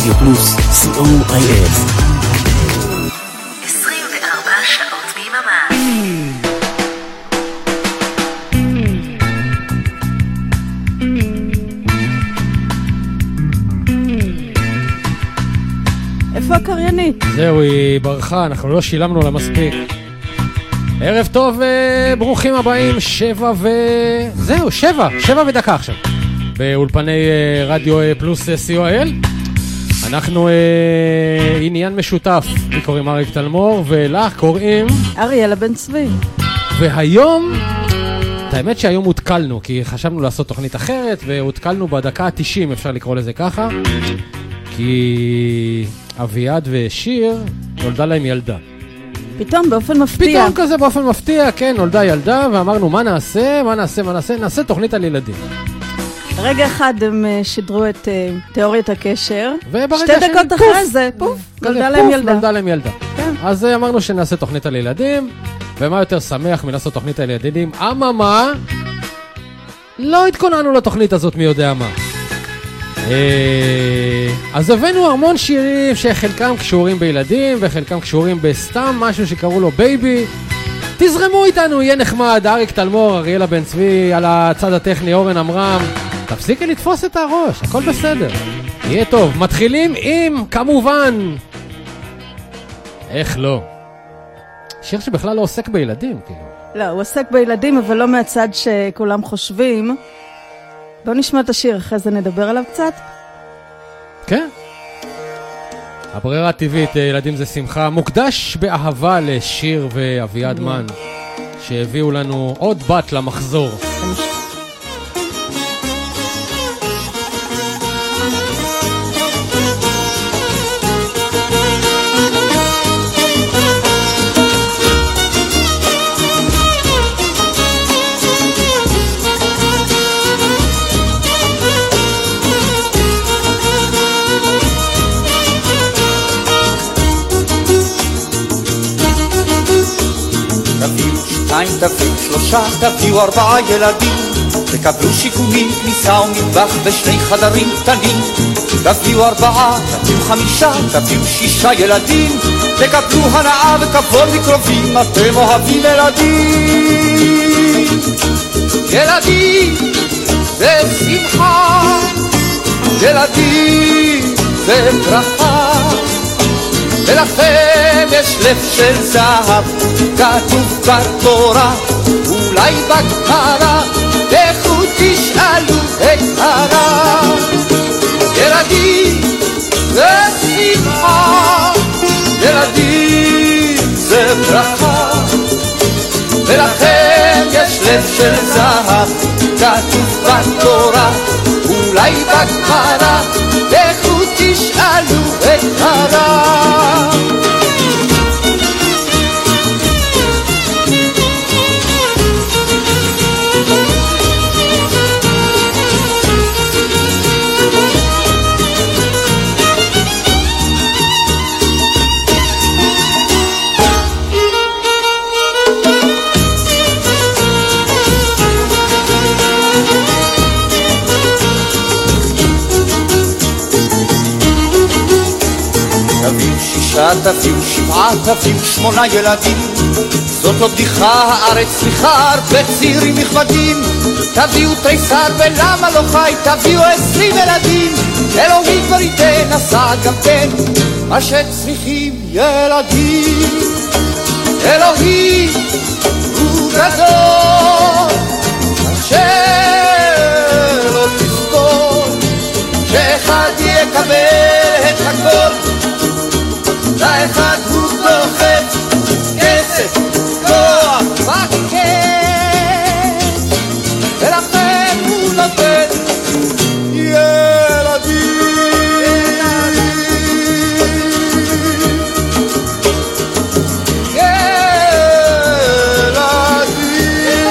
רדיו פלוס, co.il. 24 שעות ביממה. איפה הקריינית? זהו, היא ברחה, אנחנו לא שילמנו לה מספיק. ערב טוב, ברוכים הבאים, 7 ודקה עכשיו. באולפני רדיו פלוס co.il. אנחנו עניין משותף. לי קוראים אריק תלמור, ולך קוראים אריאלה בן צבי. והיום, את האמת שהיום הותקלנו, כי חשבנו לעשות תוכנית אחרת, והותקלנו בדקה ה-90, אפשר לקרוא לזה ככה. כי אביעד ושיר נולדה להם ילדה. פתאום באופן מפתיע. פתאום כזה באופן מפתיע, כן, נולדה ילדה, ואמרנו מה נעשה? נעשה תוכנית על ילדים. רגע אחד הם שידרו את תיאוריית הקשר. 2 דקות אחרי זה, פוף, נולדה להם ילדה. כן. אז אמרנו שנעשה תוכנית על ילדים, ומה יותר שמח מלעשות תוכנית על ילדים? אממה, לא התכוננו לתוכנית הזאת מי יודע מה. אז הבאנו המון שירים שחלקם קשורים בילדים וחלקם קשורים בסתם משהו שקראו לו בייבי. תזרמו איתנו, יהיה נחמד. אריק תלמור, אריאלה בן צבי, על הצד הטכני אורן אמרם. תפסיקי לתפוס את הראש, הכל בסדר, יהיה טוב. מתחילים עם, כמובן, איך לא, שיר שבכלל לא עוסק בילדים, כאילו. לא, הוא עוסק בילדים אבל לא מהצד שכולם חושבים. בואו נשמע את השיר, אחרי זה נדבר עליו קצת. כן. הברירה הטבעית, ילדים זה שמחה, מוקדש באהבה לשיר ואביעד מן, שהביאו לנו עוד בת למחזור. תביאו 3, תביאו 4 ילדים, תקבלו שיכונים, כניסה ומטבח ו2 חדרים קטנים. תביאו 4, תביאו 5, תביאו 6 ילדים, תקבלו הנאה וכבוד מקרובים, אתם אוהבים ילדים. ילדים זה שמחה, ילדים זה ברכה, ולכם יש לב של זהב, כתוב בתורה, אולי בגמרא, לכו תשאלו את הרב. ילדים זה שמחה, ילדים זה ברכה, ולכם יש לב של זהב, כתוב בתורה, אולי בגמרא, לכו תשאלו את הרב. תביאו 7, תביאו 8 ילדים, זאת לא בדיחה, הארץ צריכה הרבה צעירים נכבדים. תביאו תריסר ולמה לא חי, תביאו 20 ילדים, אלוהים כבר ייתן, עשה גם כן מה שצריכים ילדים. אלוהים הוא גדול, שלא תסבול שאחד יקבל את הכל, לאחד הוא דוחף כסף, כוח, וכן, ולכן הוא נותן ילדים.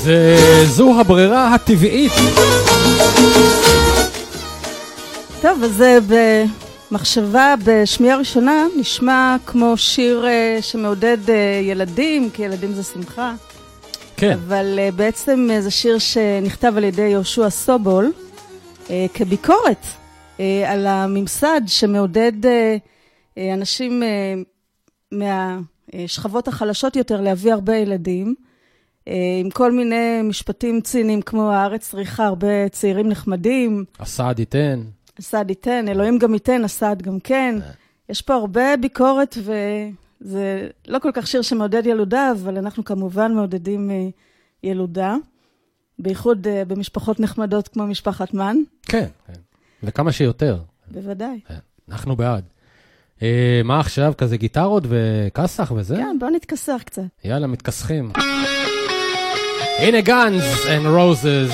אז זו הברירה הטבעית. טוב, אז במחשבה בשמיעה ראשונה נשמע כמו שיר שמעודד ילדים, כי ילדים זה שמחה. כן. אבל בעצם זה שיר שנכתב על ידי יהושע סובול כביקורת על הממסד שמעודד אנשים מהשכבות החלשות יותר להביא הרבה ילדים, עם כל מיני משפטים ציניים כמו הארץ צריכה הרבה צעירים נחמדים. הסעד ייתן. הסעד ייתן, אלוהים גם ייתן, הסעד גם כן. יש פה הרבה ביקורת וזה לא כל כך שיר שמעודד ילודה, אבל אנחנו כמובן מעודדים ילודה, בייחוד במשפחות נחמדות כמו משפחת מן. כן, כן. וכמה שיותר. בוודאי. אנחנו בעד. מה עכשיו? כזה גיטרות וקסח וזה? כן, בואו נתכסח קצת. יאללה, מתכסחים. הנה Guns and Roses.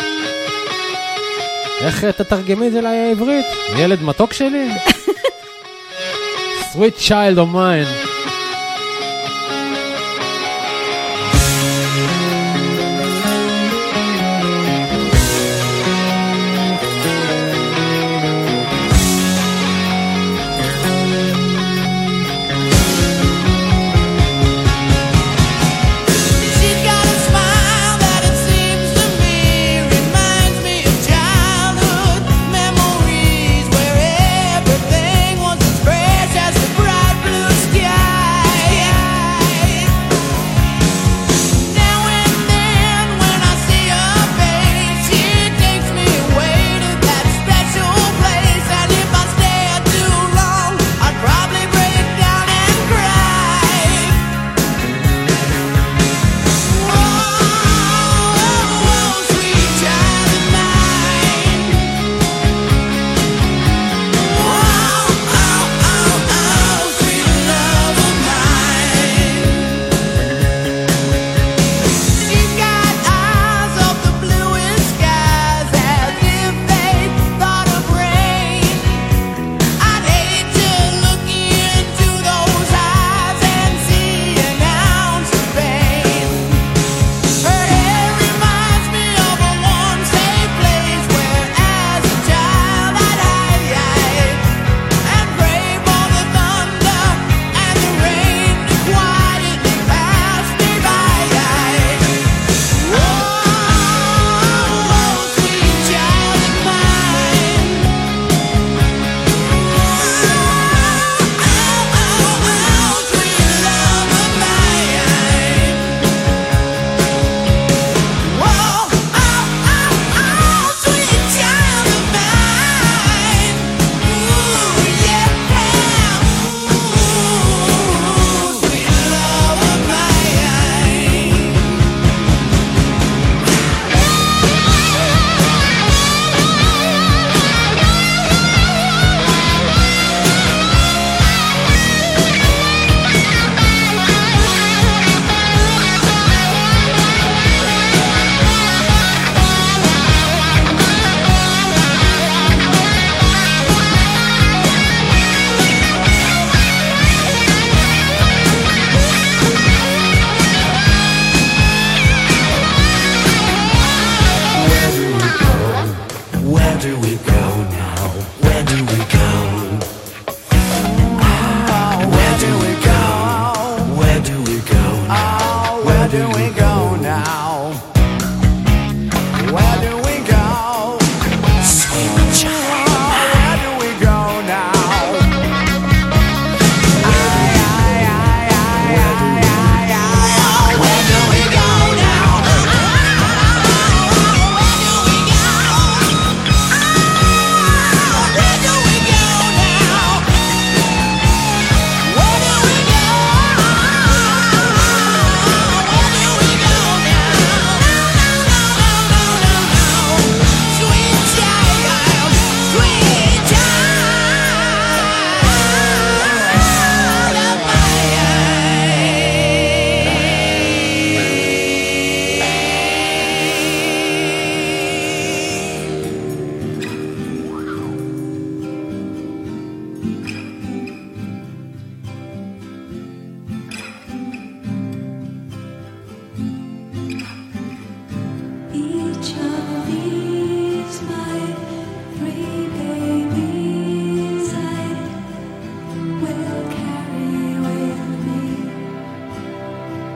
איך תתרגמי את זה לעברית? ילד מתוק שלי? Sweet child of mine.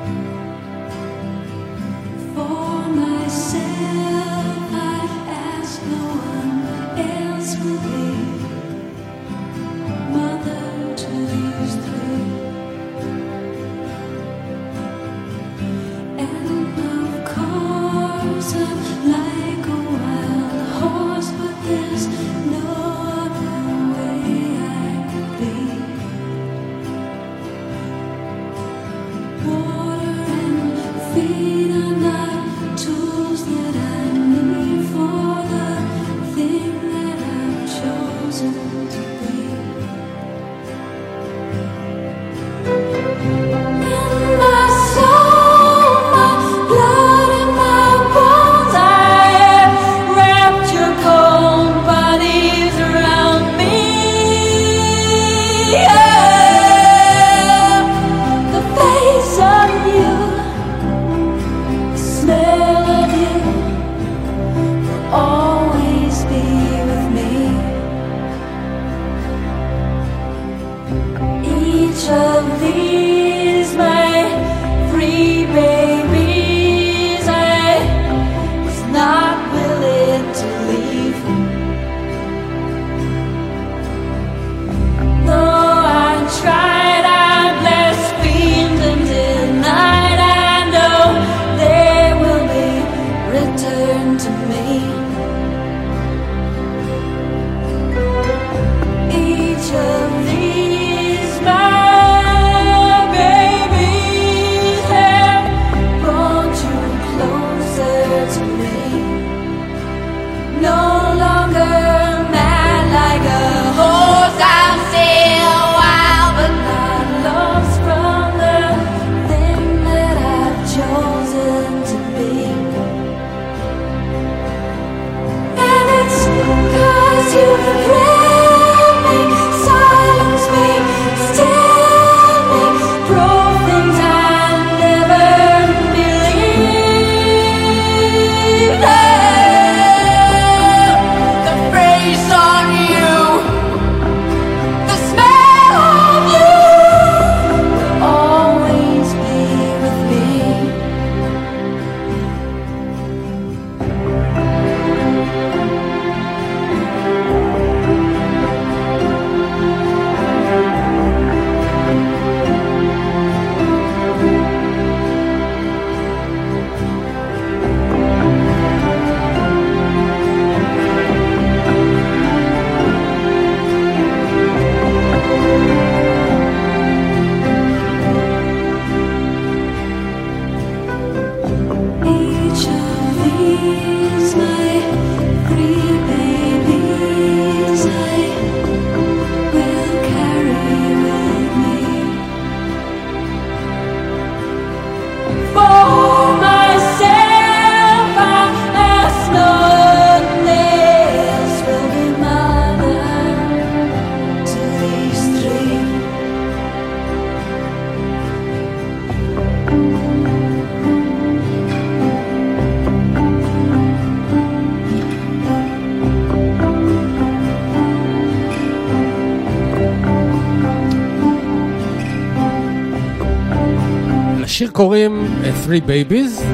לשיר קוראים Three Babies,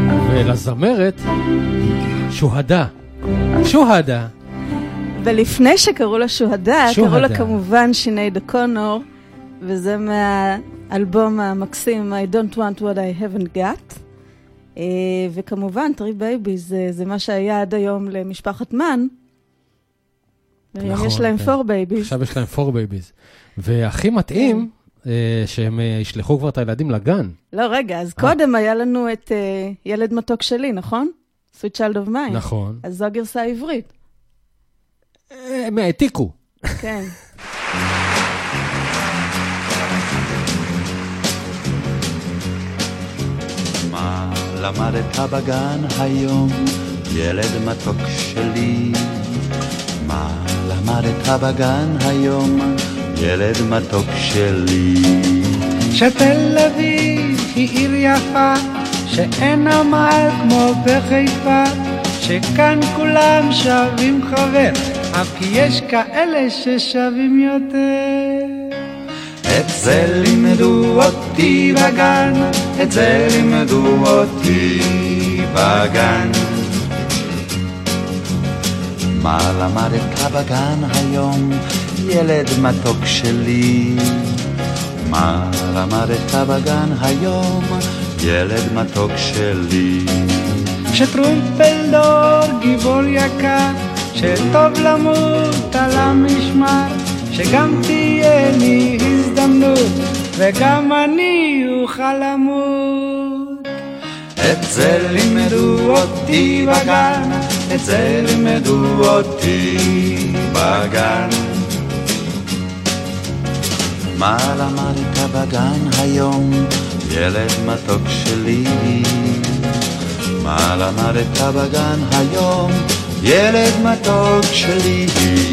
ולזמרת שוהדה. שוהדה. ולפני שקראו לה שוהדה, קראו לה כמובן שינייד קונור, וזה מהאלבום המקסים I Don't Want What I Haven't Got. וכמובן, Three Babies זה מה שהיה עד היום למשפחת מן. נכון, יש להם 4 babies. עכשיו יש להם 4 babies. והכי מתאים שהם ישלחו כבר את הילדים לגן. לא, רגע, אז קודם היה לנו את ילד מתוק שלי, נכון? Sweet Child of Mine. נכון. אז זו הגרסה העברית. הם העתיקו. כן. מה למדת בגן היום, ילד מתוק שלי? מה למדת בגן היום, ילד מתוק שלי? שתל אביב היא עיר יפה, שאין נמל כמו בחיפה, שכאן כולם שווים חבר, אף כי יש כאלה ששווים יותר. את זה לימדו אותי בגן, את זה לימדו אותי בגן. מה למדת בגן היום, ילד מתוק שלי? מה למדת בגן היום, ילד מתוק שלי? שטרומפלדור גיבור יקר, שטוב למות על המשמר, שגם תהיה לי הזדמנות וגם אני אוכל למות. את זה לימדו אותי בגן, את זה לימדו אותי בגן. מה למדת בגן היום, ילד מתוק שלי? מה למדת בגן היום, ילד מתוק שלי?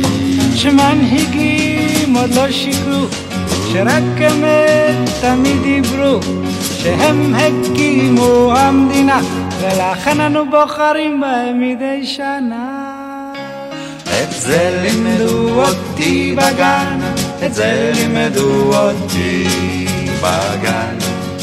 שמנהיגים עוד לא שיקרו, שרק אמת תמיד דיברו, שהם הקימו המדינה ולכן אנו בוחרים בהם מדי שנה. את זה לימדו אותי בגן, את זה לימדו אותי בגן.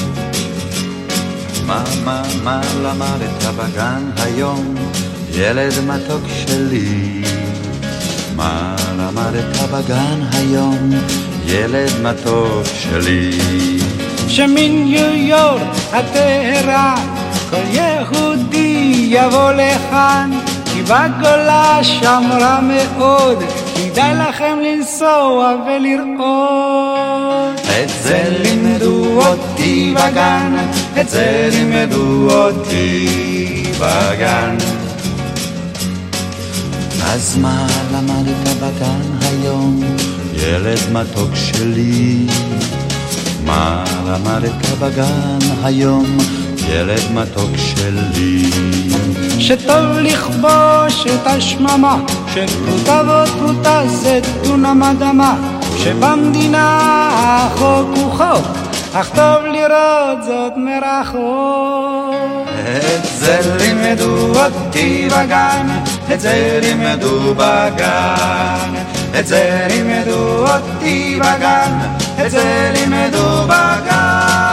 מה למדת בגן היום, ילד מתוק שלי? מה למדת בגן היום, ילד מתוק שלי? שניו יורק הטהרה כל יהודי יבוא לכאן, כי בגולה שם רע מאוד, כדאי לכם לנסוע ולראות. את זה לימדו אותי בגן, את זה לימדו אותי בגן. אז מה למדת בגן היום, ילד מתוק שלי? מה למדת בגן היום, ילד מתוק שלי? שטוב לכבוש את השממה, שפרוטה ועוד פרוטה זה דונם אדמה, שבמדינה החוק הוא חוק, אך טוב לראות זאת מרחוק. את זה לימדו אותי בגן, את זה לימדו בגן, את זה לימדו אותי בגן, את זה לימדו בגן.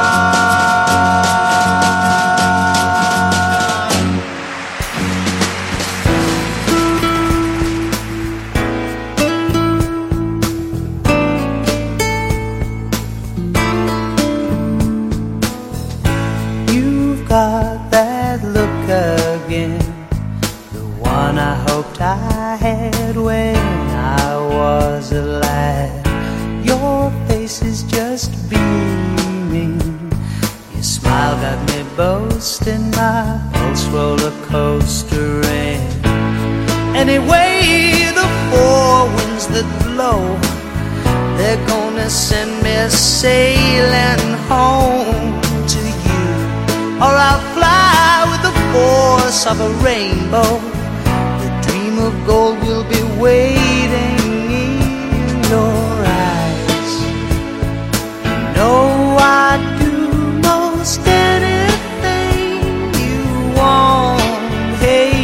Got that look again, the one I hoped I had when I was alive. Your face is just beaming, your smile got me boasting, my pulse roller coastering. Anyway, the four winds that blow, they're gonna send me sailing home to you. Or I'll fly with the force of a rainbow, the dream of gold will be waiting in your eyes. You know I'd do most anything you want. Hey,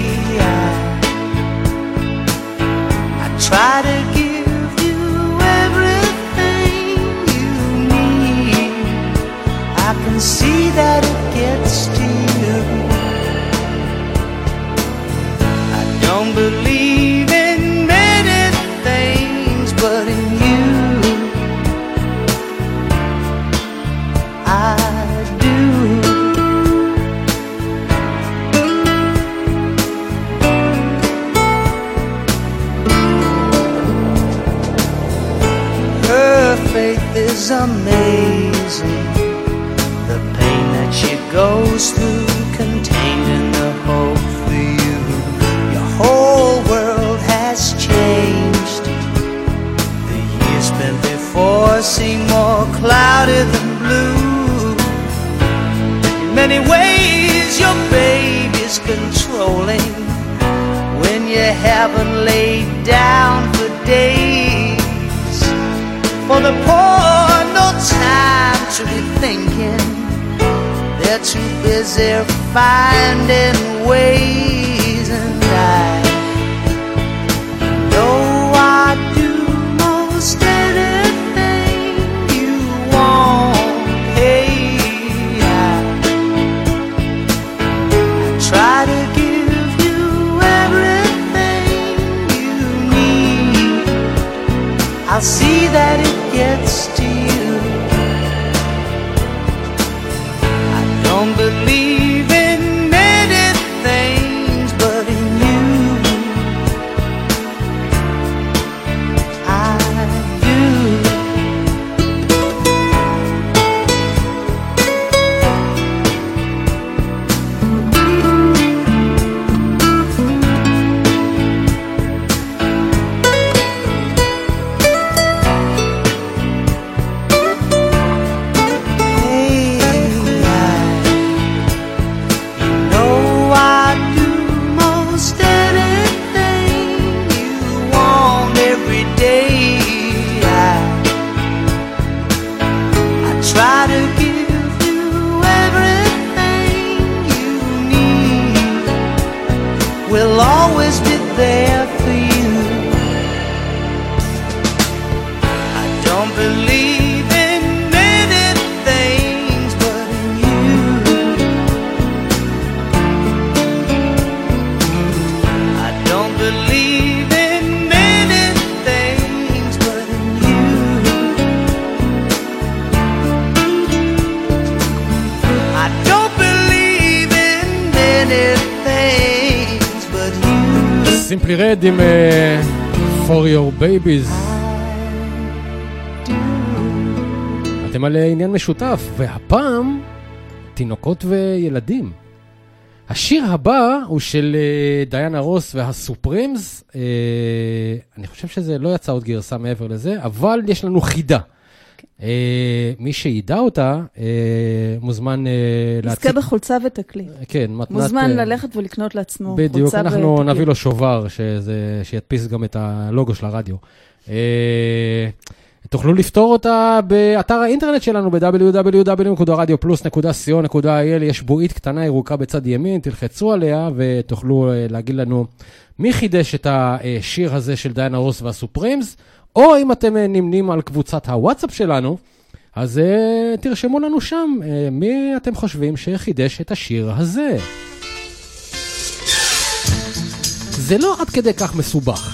I try to give you everything you need. I can see that it gets to you. I don't believe in many things, but in you I do. Her faith is amazing, the pain that she goes through, contained in the hope for you. Your whole world has changed. The years spent before seem more cloudy than blue. In many ways your baby's controlling, when you haven't laid down for days. For the poor, no time to be thinking, they're too busy finding ways. And I know I'd do most anything you I see that it gets to you. I don't believe in many things, but in you I do. We'll always be there for you. I don't believe in many things, but in you. I don't believe in many things, but in you. I don't believe in many things. Simply Red עם For Your Babies. אתם על עניין משותף, והפעם תינוקות וילדים. השיר הבא הוא של דיינה רוס והסופרימס. אני חושב שזה לא יצא עוד גרסה מעבר לזה, אבל יש לנו חידה. מי שידע אותה מוזמן להציג בחולצה ותקליט. כן, מתנת, מוזמן ללכת ולקנות לעצמו בדיוק, אנחנו נביא לו שובר שידפיס גם את הלוגו של הרדיו. תוכלו לפתור אותה באתר האינטרנט שלנו www.radioplus.co.il. יש בועית קטנה ירוקה בצד ימין, תלחצו עליה ותוכלו להגיד לנו מי חידש את השיר הזה של דיינה רוס והסופרימס, או אם אתם נמנים על קבוצת הוואטסאפ שלנו, אז תרשמו לנו שם מי אתם חושבים שחידש את השיר הזה. זה לא עד כדי כך מסובך.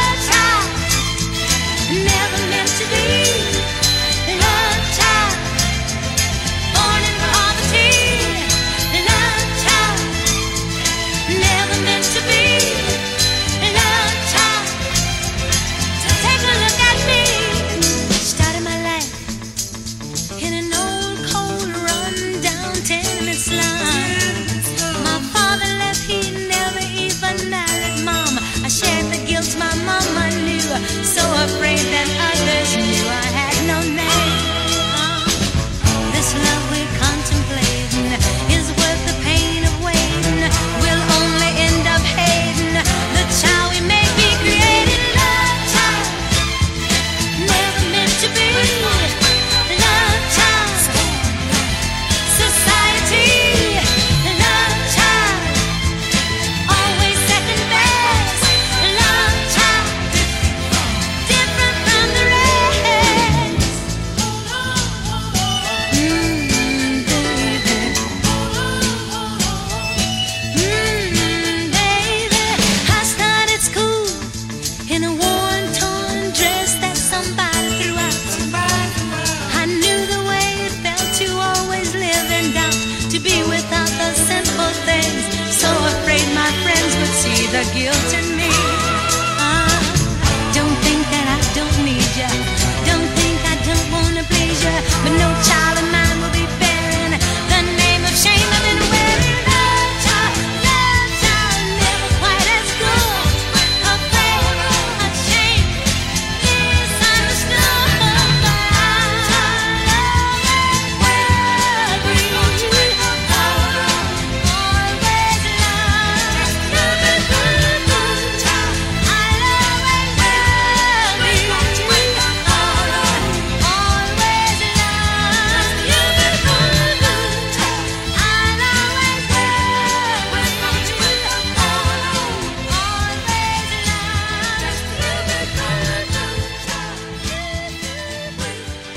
Never meant to be love child.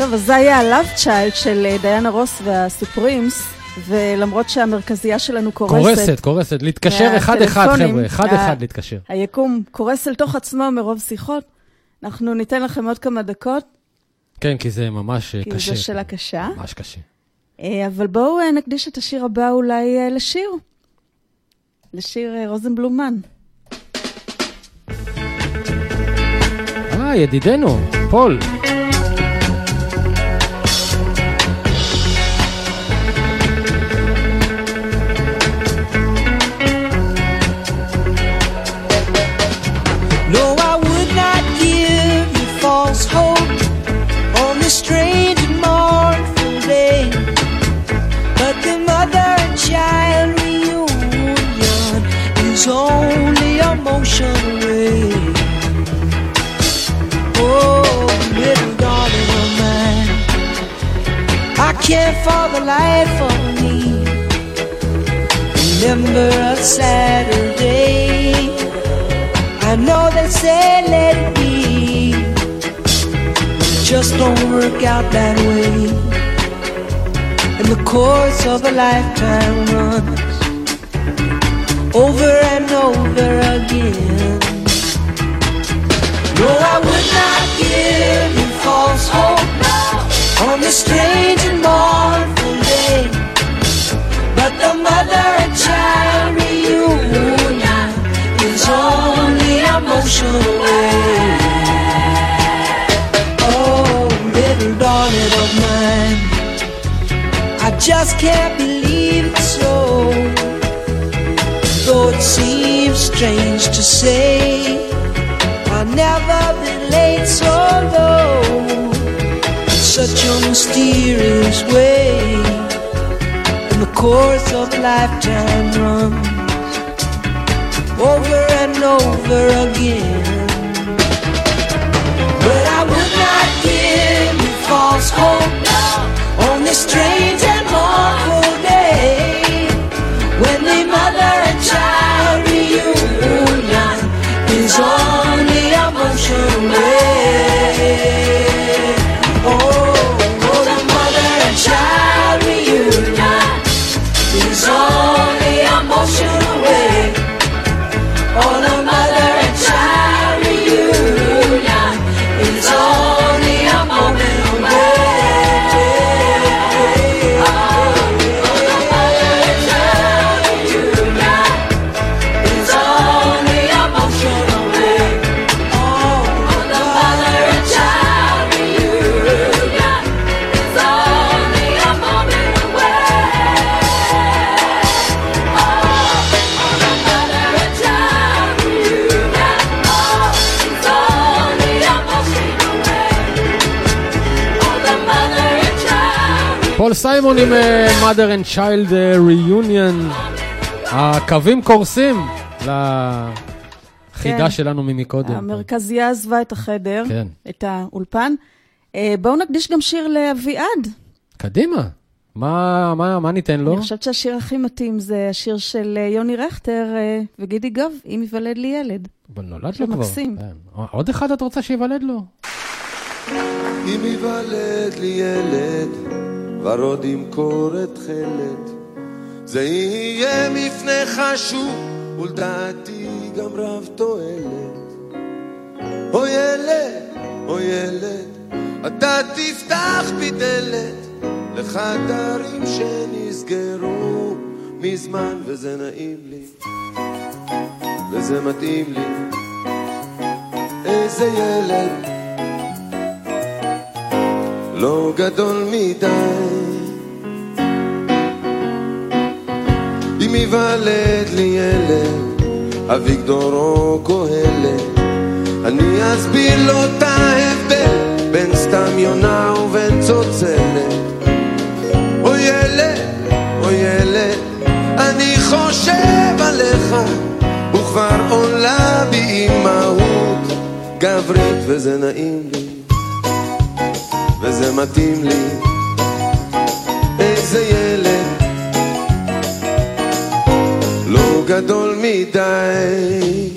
טוב, אז זה היה ה-Love Child של דיאנה רוס והסופרימס, ולמרות שהמרכזייה שלנו קורסת, להתקשר אחד-אחד, חבר'ה, אחד-אחד להתקשר. היקום קורס אל תוך עצמו מרוב שיחות, אנחנו ניתן לכם עוד כמה דקות. כן, כי זה ממש קשה. כי זו שאלה קשה. ממש קשה. אבל בואו נקדיש את השיר הבא אולי לשיר רוזנבלומן. ידידנו, פול. No, I would not give you false hope on this strange and mournful day, but the mother and child reunion is only a motion away. Oh, little darling of mine, I can't for the life of me remember a Saturday. I know they say let it be, it just don't work out that way. And the course of a lifetime runs over and over again. No, I would not give you false hope on this strange and mournful day, but the mother and child reunion is only a motion away. Oh, little darling of mine, I just can't believe it's so, though it seems strange to say. I've never been late so low, in such a mysterious way. And the course of a lifetime runs over and over again. But I would not give you false hope on this strange and mournful day, when the mother and child reunion is only a motion away. Oh, the mother and child reunion is only a motion away. Oh, the mother and child reunion is only a moment away. Oh, the mother and child reunion is only a motion away. Oh, the mother and child reunion is only a moment away. פול סיימון עם Mother and Child Reunion. הקווים קורסים לחידה שלנו ממקודם. המרכזייה עזבה את החדר, את האולפן. בואו נקדיש גם שיר לאביעד. קדימה. מה ניתן לו? אני חושבת שהשיר הכי מתאים זה השיר של יוני רכטר וגידי גב, אם יוולד לי ילד. אבל נולד לו כבר. מקסים. עוד אחד את רוצה שיוולד לו? אם יוולד לי ילד ורוד ימכור את חלד, זה יהיה מפנה חשוב ולדעתי גם רב תועלת. או ילד, אתה תפתח בי דלת לחדרים שנסגרו מזמן, וזה נעים לי וזה מתאים לי. איזה ילד לא גדול מדי, אם יוולד לי ילד אביגדור או קהלת, אני אסביר לו את ההבדל בין סתם יונה ובין צוצלת. או ילד, אני חושב עליך וכבר עולה בי אימהות גברית, וזה נעים לי וזה מתאים לי. איזה ילד לא גדול מדי,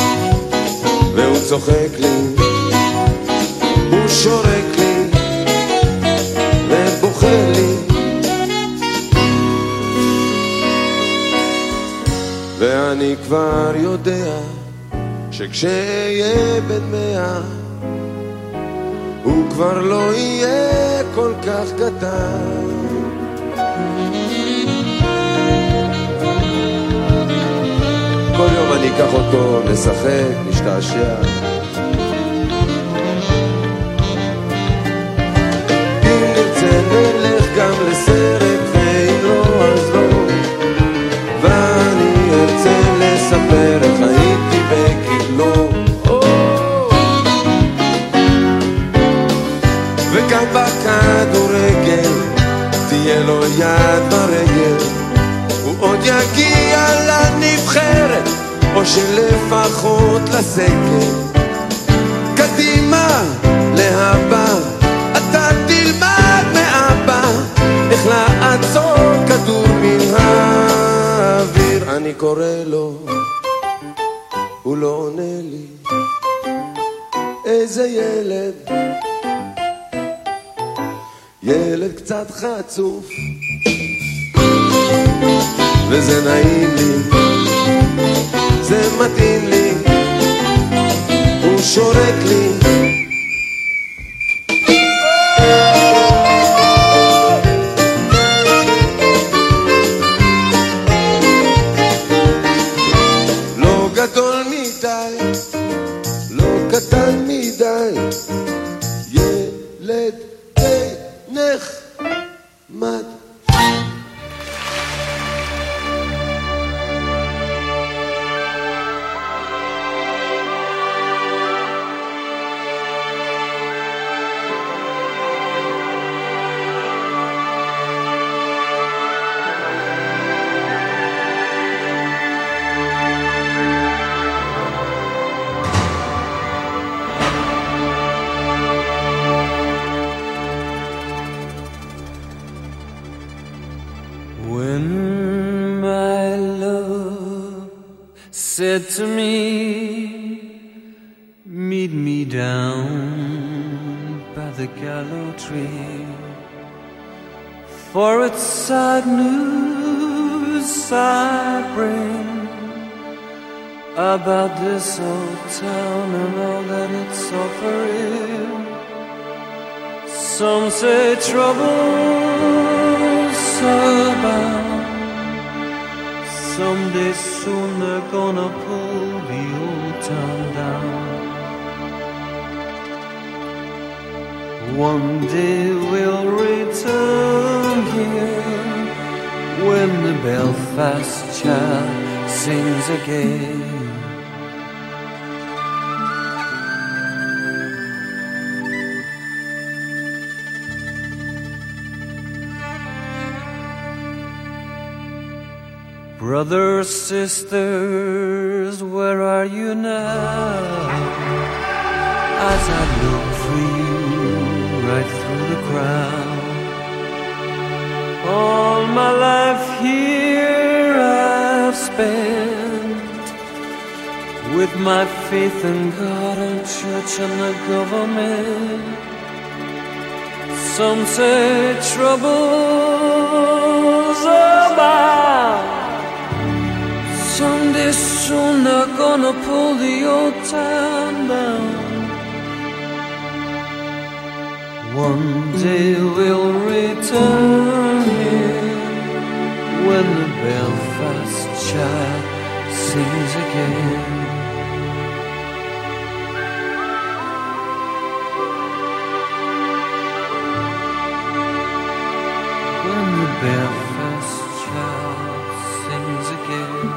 והוא צוחק לי, הוא שורק לי, ואני כבר יודע שכשאהיה בן 100 הוא כבר לא יהיה כל כך קטן. כל יום אני אקח אותו לשחק, להשתעשע. אם נרצה נלך גם לסרט, ואם לא אז לא. ואני ארצה לספר איך הייתי בגילו, וגם בכדורגל תהיה לו יד ברגל. הוא עוד יגיע לנבחרת, או שלפחות לסגל. קדימה להבא, אתה תלמד מאבא איך לעצור כדור מן האוויר. אני קורא לו, הוא לא עונה לי. איזה ילד, ילד קצת חצוף, וזה נעים לי, זה מתאים לי, הוא שורק לי. לא גדול מדי, לא קטן מדי, ילד די נחמד. Said to me, meet me down by the gallows tree, for it's sad news I bring about this old town and all that it's offering. Some say trouble's about, someday soon they're gonna pull the old town down. One day we'll return here when the Belfast child sings again. Brothers, sisters, where are you now? As I look for you right through the crowd. All my life here I've spent with my faith in God and church and the government. Some say trouble's about, someday soon they're gonna pull the old town down. One day we'll return here when the Belfast child sings again. When the Belfast child sings again.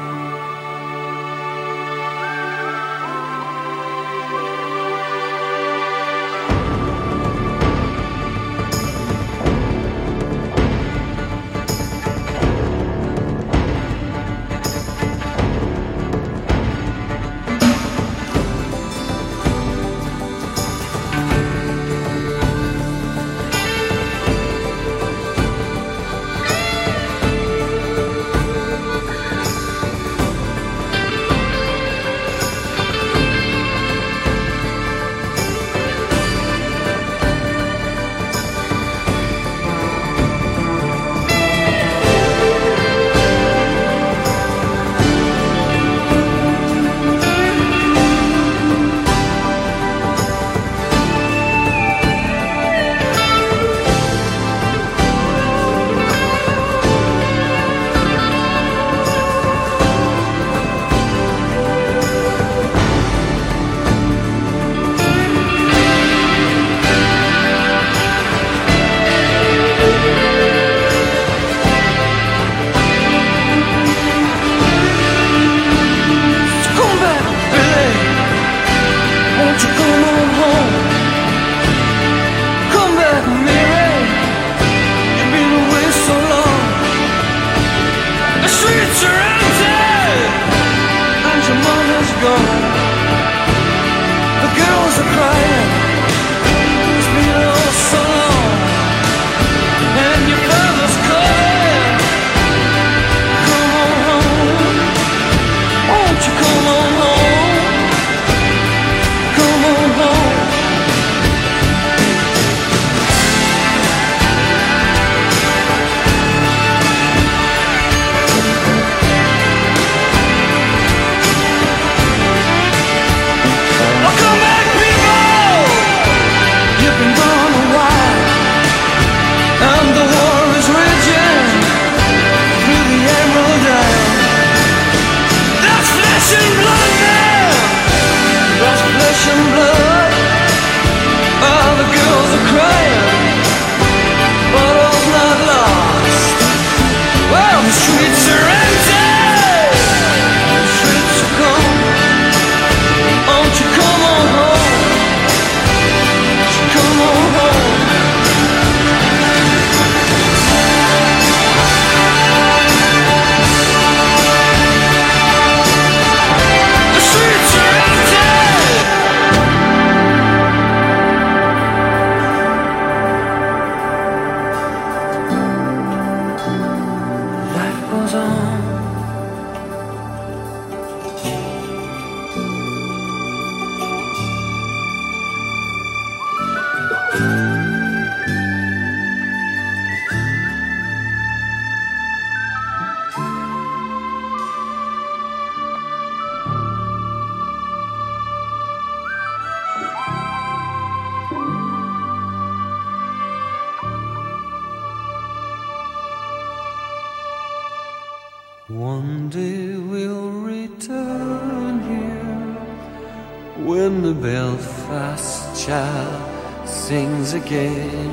Belfast child sings again.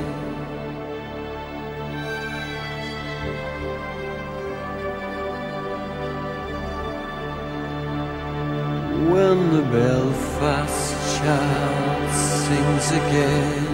When the Belfast child sings again.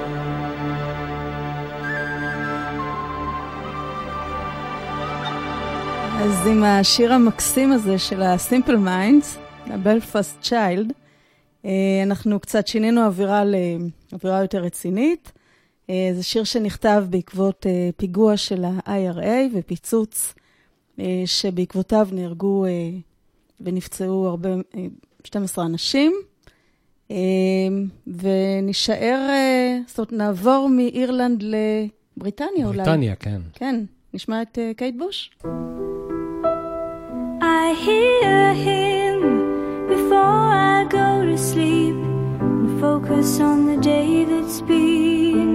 אז עם השיר המקסים הזה של ה-Simple Minds, ה-Belfast Child, אנחנו קצת שינינו אווירה יותר רצינית. זה שיר שנכתב בעקבות פיגוע של ה-IRA ופיצוץ שבעקבותיו נהרגו ונפצעו 12 אנשים. ונשאר, זאת אומרת, נעבור מאירלנד לבריטניה אולי. בריטניה, כן. כן, נשמע את קייט בוש. I hear him before I go to sleep and focus on the day that's been.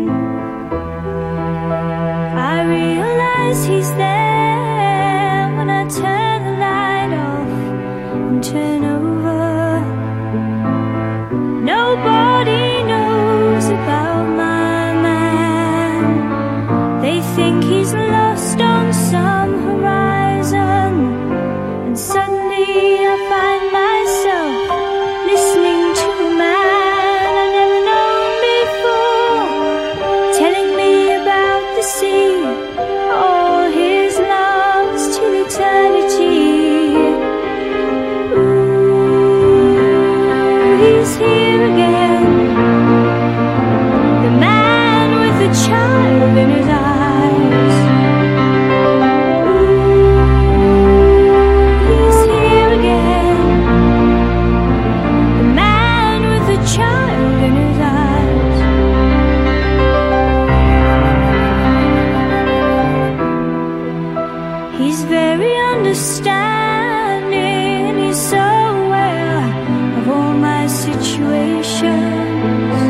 I realize he's there when I turn the light off and turn over. Nobody knows about my man. They think he's lost on some horizon. Suddenly I find myself listening to a man I've never known before, telling me about the sea, all his loves till eternity. Ooh, he's here again, the man with a child in his eyes. Understanding, he's so aware of all my situations.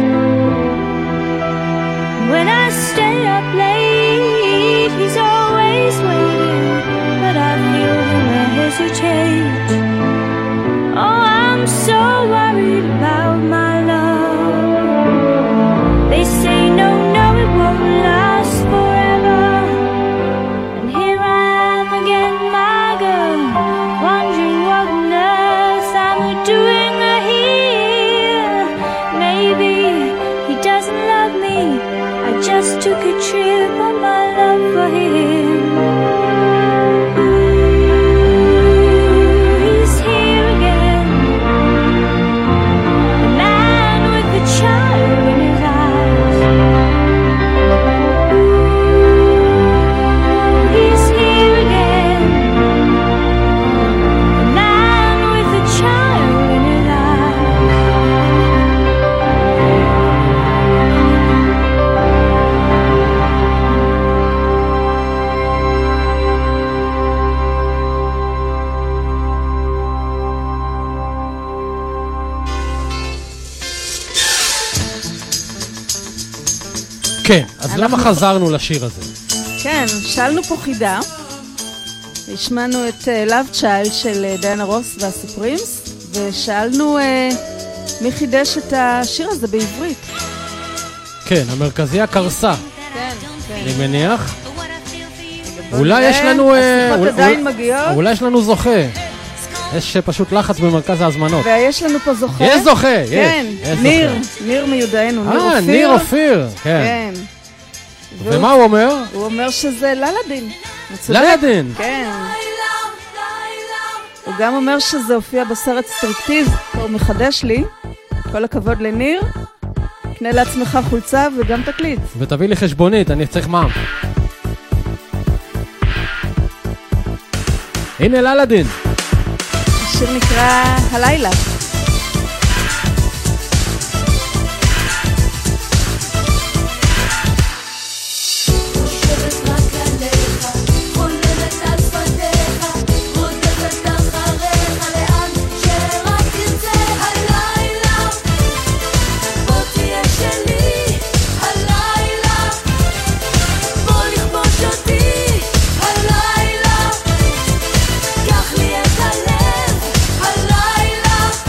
When I stay up late, he's always waiting, but I feel him hesitate. Oh, I'm so worried about my love. They say no, it won't last forever. And here I am again, my girl, wondering what on earth I'm doing here. Maybe he doesn't love me, I just took a trip on my love for him. He's here again, the man with the child in his eyes. He's here again, the man with the child in his eyes. כן, אז למה חזרנו לשיר הזה? כן, שאלנו פה חידה. השמענו את Love Child של דיינה רוס והסופרימס, ושאלנו מי חידש את השיר הזה בעברית. כן, המרכזייה קרסה. כן, כן. אני מניח. אולי יש לנו... השיחות עדיין מגיעות. אולי יש לנו זוכה. יש פשוט לחץ במרכז ההזמנות. ויש לנו פה זוכה. יש זוכה, יש. כן, ניר מיודענו, ניר אופיר. ניר אופיר, כן. כן. ומה הוא אומר? הוא אומר שזה ללדין. ללדין? כן. הוא גם אומר שזה הופיע בסרט סטריקטיב, הוא מחדש לי. כל הכבוד לניר. קנה לעצמך חולצה וגם תקליט. ותביא לי חשבונית, אני צריך מע"מ. הנה ללדין. השיר נקרא הלילה. הלילה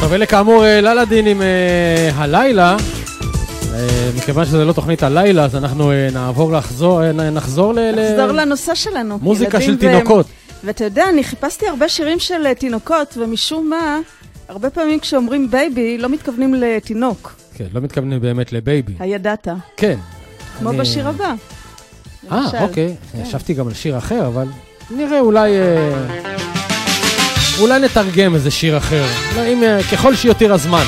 טוב, אלה כאמור ללדין עם הלילה. מכיוון שזה לא תוכנית הלילה, אז אנחנו נחזור לנושא שלנו. מוזיקה של תינוקות. ואתה יודע, אני חיפשתי הרבה שירים של תינוקות, ומשום מה, הרבה פעמים כשאומרים בייבי, לא מתכוונים לתינוק. כן, לא מתכוונים באמת לבייבי. הידעת. כן. כמו בשיר הבא. אוקיי. ישבתי גם על שיר אחר, אבל נראה אולי נתרגם איזה שיר אחר. ככל שיותר הזמן.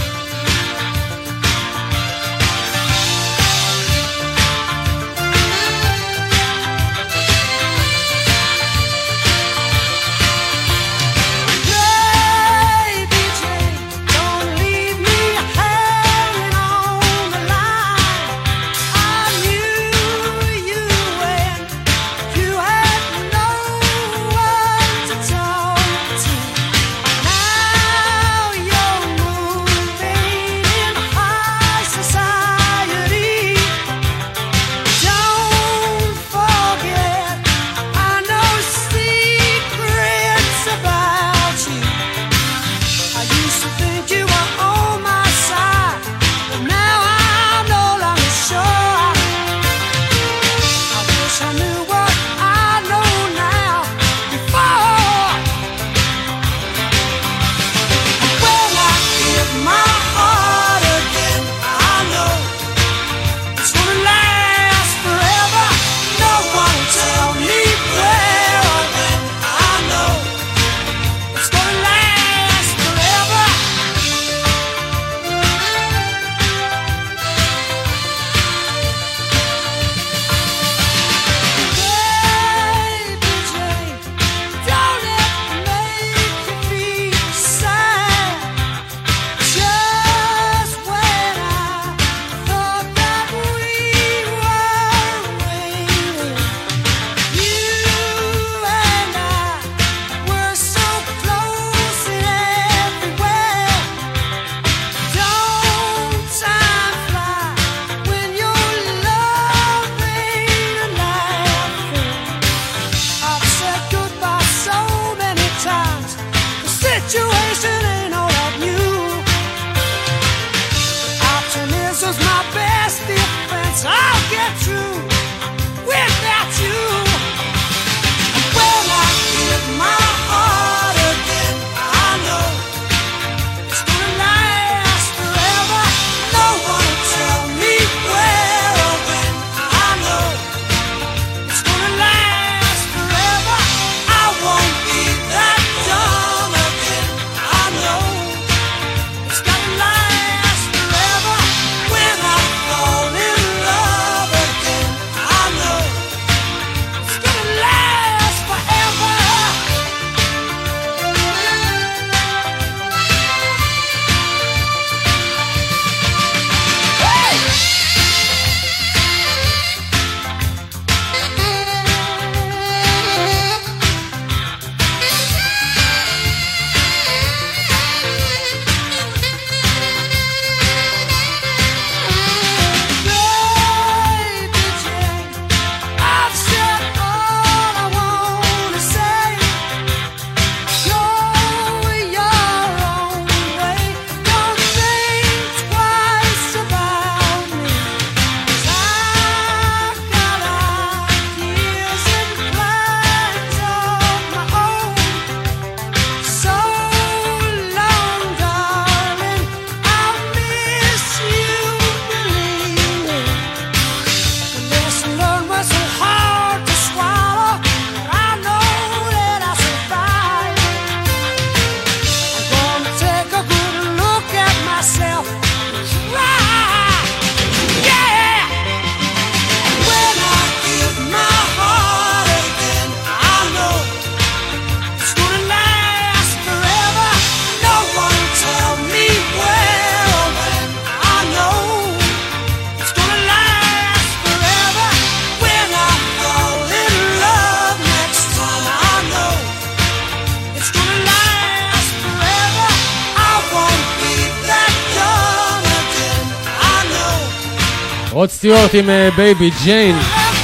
רוד סטיוארט עם בייבי ג'יין.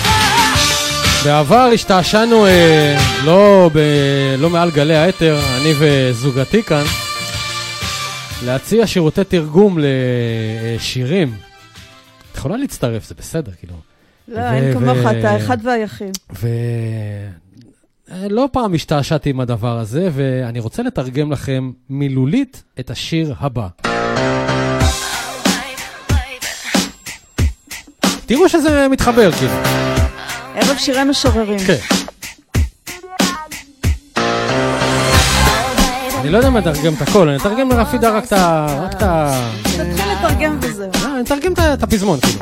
בעבר השתעשענו לא מעל גלי האתר, אני וזוגתי כאן, להציע שירותי תרגום לשירים. את יכולה להצטרף, זה בסדר, כאילו. לא, אין כמוך, אתה האחד והיחיד. לא פעם השתעשעתי עם הדבר הזה, ואני רוצה לתרגם לכם מילולית את השיר הבא. תראו שזה מתחבר, כאילו. ערב שירי משוררים. כן. אני לא יודע מה לתרגם את הכל, אני אתרגם לרפידה רק את ה... תתחיל לתרגם וזהו. אני אתרגם את הפזמון, כאילו.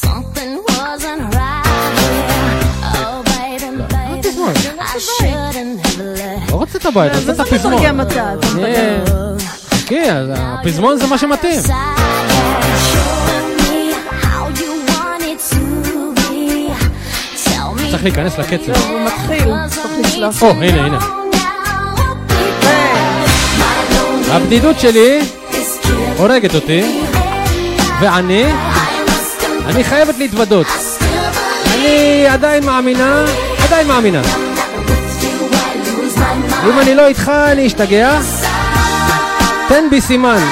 לא רוצה את הבית, רוצה את הפזמון. זה לתרגם אתה. כן, הפזמון זה מה שמתאים. צריך להיכנס לקצב. הוא מתחיל, צריך לשלוח. הנה. הבדידות שלי הורגת אותי, ואני חייבת להתוודות. אני עדיין מאמינה. אם אני לא איתך, אני אשתגע. תן בי סימן.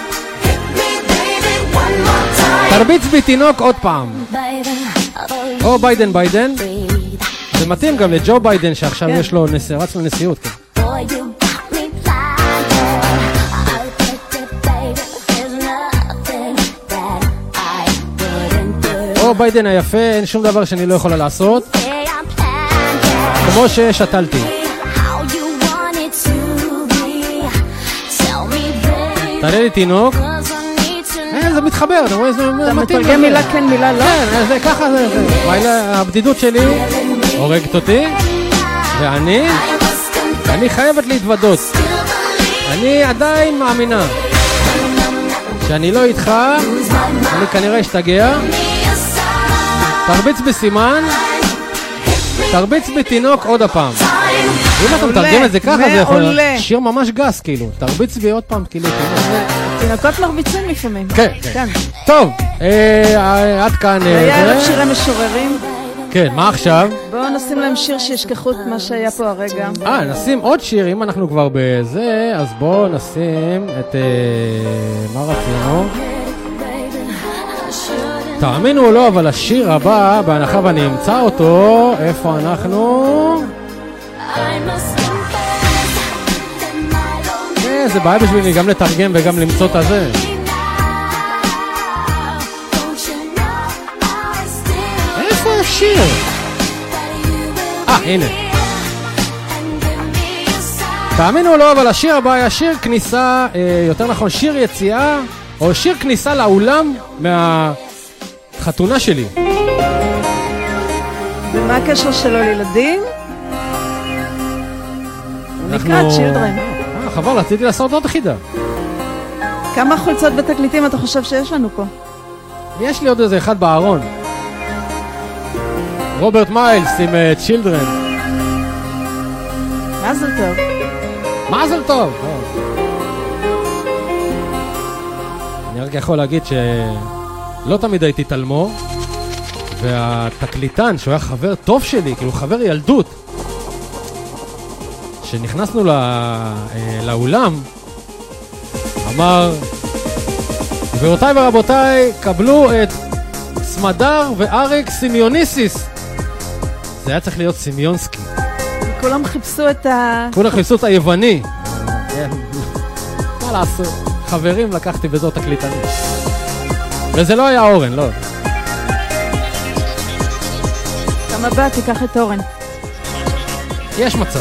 תרביץ בי תינוק עוד פעם. או ביידן. זה מתאים גם לג'ו ביידן, שעכשיו יש לו רץ לנשיאות. או ביידן היפה, אין שום דבר שאני לא יכולה לעשות. כמו ששתלתי. תעלה לי תינוק. זה מתחבר, אתה רואה, זה מתאים. אתה מתרגם מילה כן, מילה לא? כן, זה ככה, הבדידות שלי הורגת אותי, ואני חייבת להתוודות. אני עדיין מאמינה שאני לא איתך, אני כנראה אשתגע. תרביץ בסימן, תרביץ בתינוק עוד הפעם. אם אתה מתרגם את זה ככה, זה יכול להיות שיר ממש גס, כאילו. תרביץ בי עוד פעם, כאילו. תינוקות מרביצים לפעמים. כן. טוב, עד כאן. היה ערב שירי משוררים. כן, מה עכשיו? בואו נשים להם שיר שישכחו את מה שהיה פה הרגע. נשים עוד שיר, אם אנחנו כבר בזה, אז בואו נשים את... מה רצינו? תאמינו או לא, אבל השיר הבא, בהנחה ואני אמצא אותו, איפה אנחנו? זה בעיה בשבילי גם לתרגם וגם למצוא את הזה. איפה השיר? הנה. תאמינו או לא, אבל השיר הבא היה שיר כניסה, יותר נכון שיר יציאה, או שיר כניסה לאולם מהחתונה שלי. ומה הקשר שלו לילדים? הוא נקרא צ'ילדרן. חבל, רציתי לעשות עוד חידה. כמה חולצות בתקליטים אתה חושב שיש לנו פה? יש לי עוד איזה אחד בארון. רוברט מיילס עם צ'ילדרן. מזל טוב. מזל טוב. אני רק יכול להגיד שלא תמיד הייתי תלמו, והתקליטן, שהוא היה חבר טוב שלי, כאילו חבר ילדות, שנכנסנו לאולם, אמר, גבירותיי ורבותיי, קבלו את סמדר ואריק סימיוניסיס. זה היה צריך להיות סימיונסקי. כולם חיפשו את כולם חיפשו את היווני. מה לעשות? חברים לקחתי בזאת תקליטנים. וזה לא היה אורן, לא. כמה הבא, תיקח את אורן. יש מצב.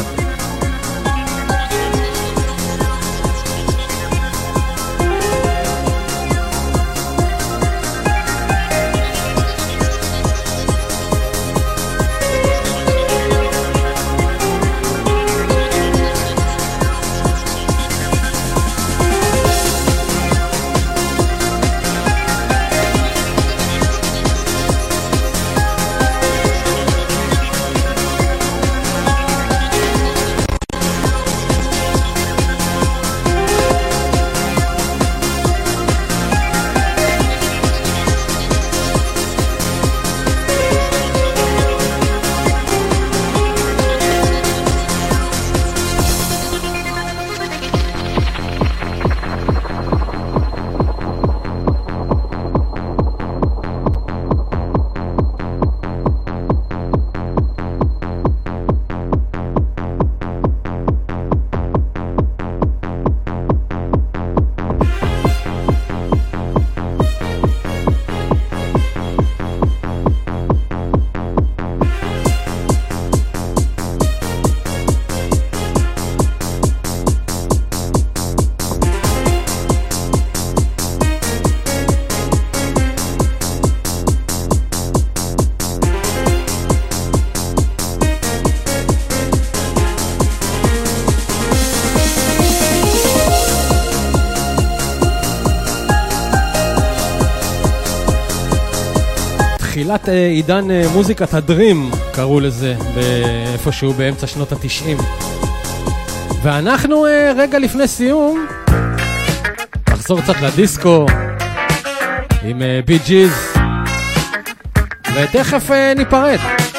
תחילת עידן מוזיקת הדרים, קראו לזה, איפשהו באמצע שנות ה-90. ואנחנו רגע לפני סיום, נחזור קצת לדיסקו, עם בי ג'יז, ותכף ניפרד.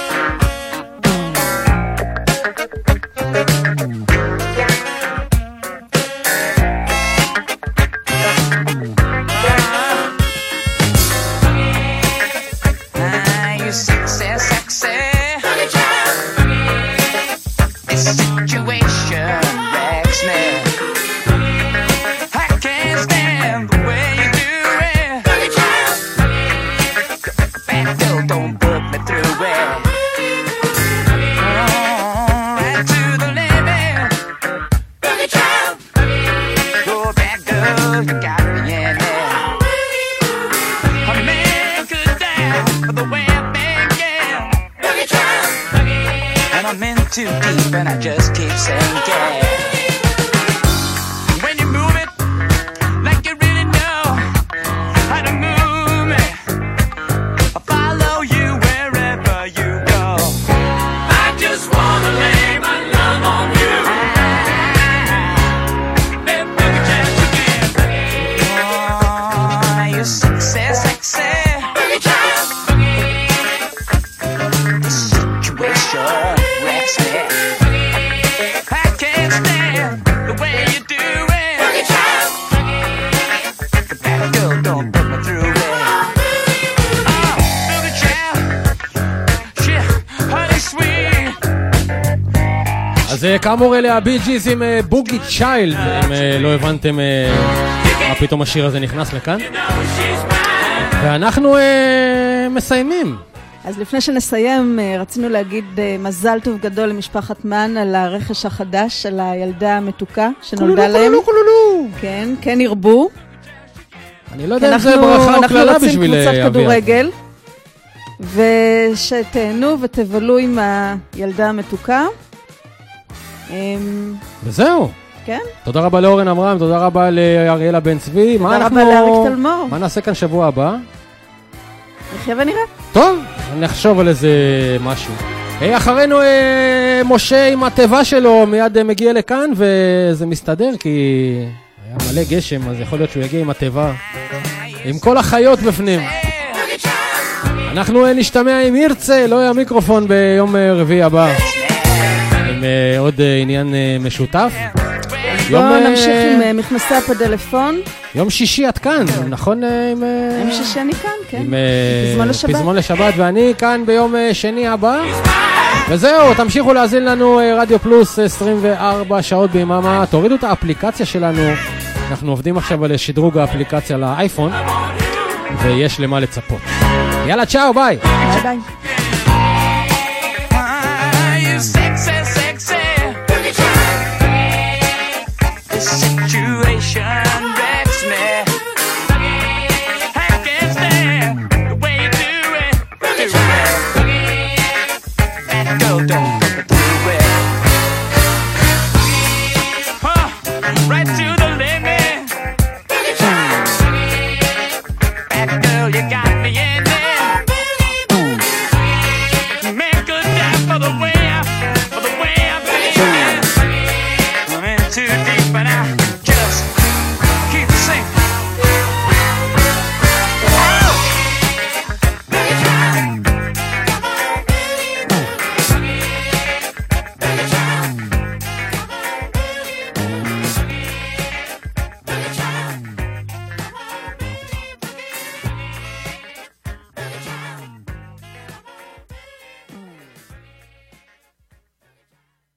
Too deep and I just keep saying yeah. When you move it like you really know how to move it, I'll follow you wherever you go. I just wanna lay my love on you. Then make a chance again. Oh, you sexy, sexy. The situation wrecks me. I can't stand the way you do it. The bad girl don't put me through it. Oh, baby child, shit, honey sweet. אז כאמור אלה הבי ג'יז עם בוגי צ'יילד, אם לא הבנתם מה פתאום השיר הזה נכנס לכאן. ואנחנו מסיימים. אז לפני שנסיים, רצינו להגיד מזל טוב גדול למשפחת מן על הרכש החדש של הילדה המתוקה שנולדה להם. כן, כן ירבו. אני לא יודע אם זה ברכה או כללה בשביל אנחנו רוצים קבוצת כדורגל, ושתהנו ותבלו עם הילדה המתוקה. וזהו. כן. תודה רבה לאורן אמרם, תודה רבה לאריאלה בן צבי. תודה רבה לאריק תלמור. מה נעשה כאן שבוע הבא? נחיה ונראה. טוב, נחשוב על איזה משהו. אחרינו משה עם הטבע שלו מיד מגיע לכאן, וזה מסתדר כי היה מלא גשם, אז יכול להיות שהוא יגיע עם הטבע עם כל החיות בפנים. אנחנו נשתמע עם ירצה, לא יהיה מיקרופון ביום רביעי הבא עם עוד עניין משותף. בואו נמשיך עם מכנסי הפדלפון. יום שישי את כאן, נכון? יום שישי אני כאן, כן. עם פזמון לשבת, ואני כאן ביום שני הבא. וזהו, תמשיכו להזין לנו רדיו פלוס 24 שעות ביממה. תורידו את האפליקציה שלנו. אנחנו עובדים עכשיו על שדרוג האפליקציה לאייפון, ויש למה לצפות. יאללה, צ'או, ביי. ביי.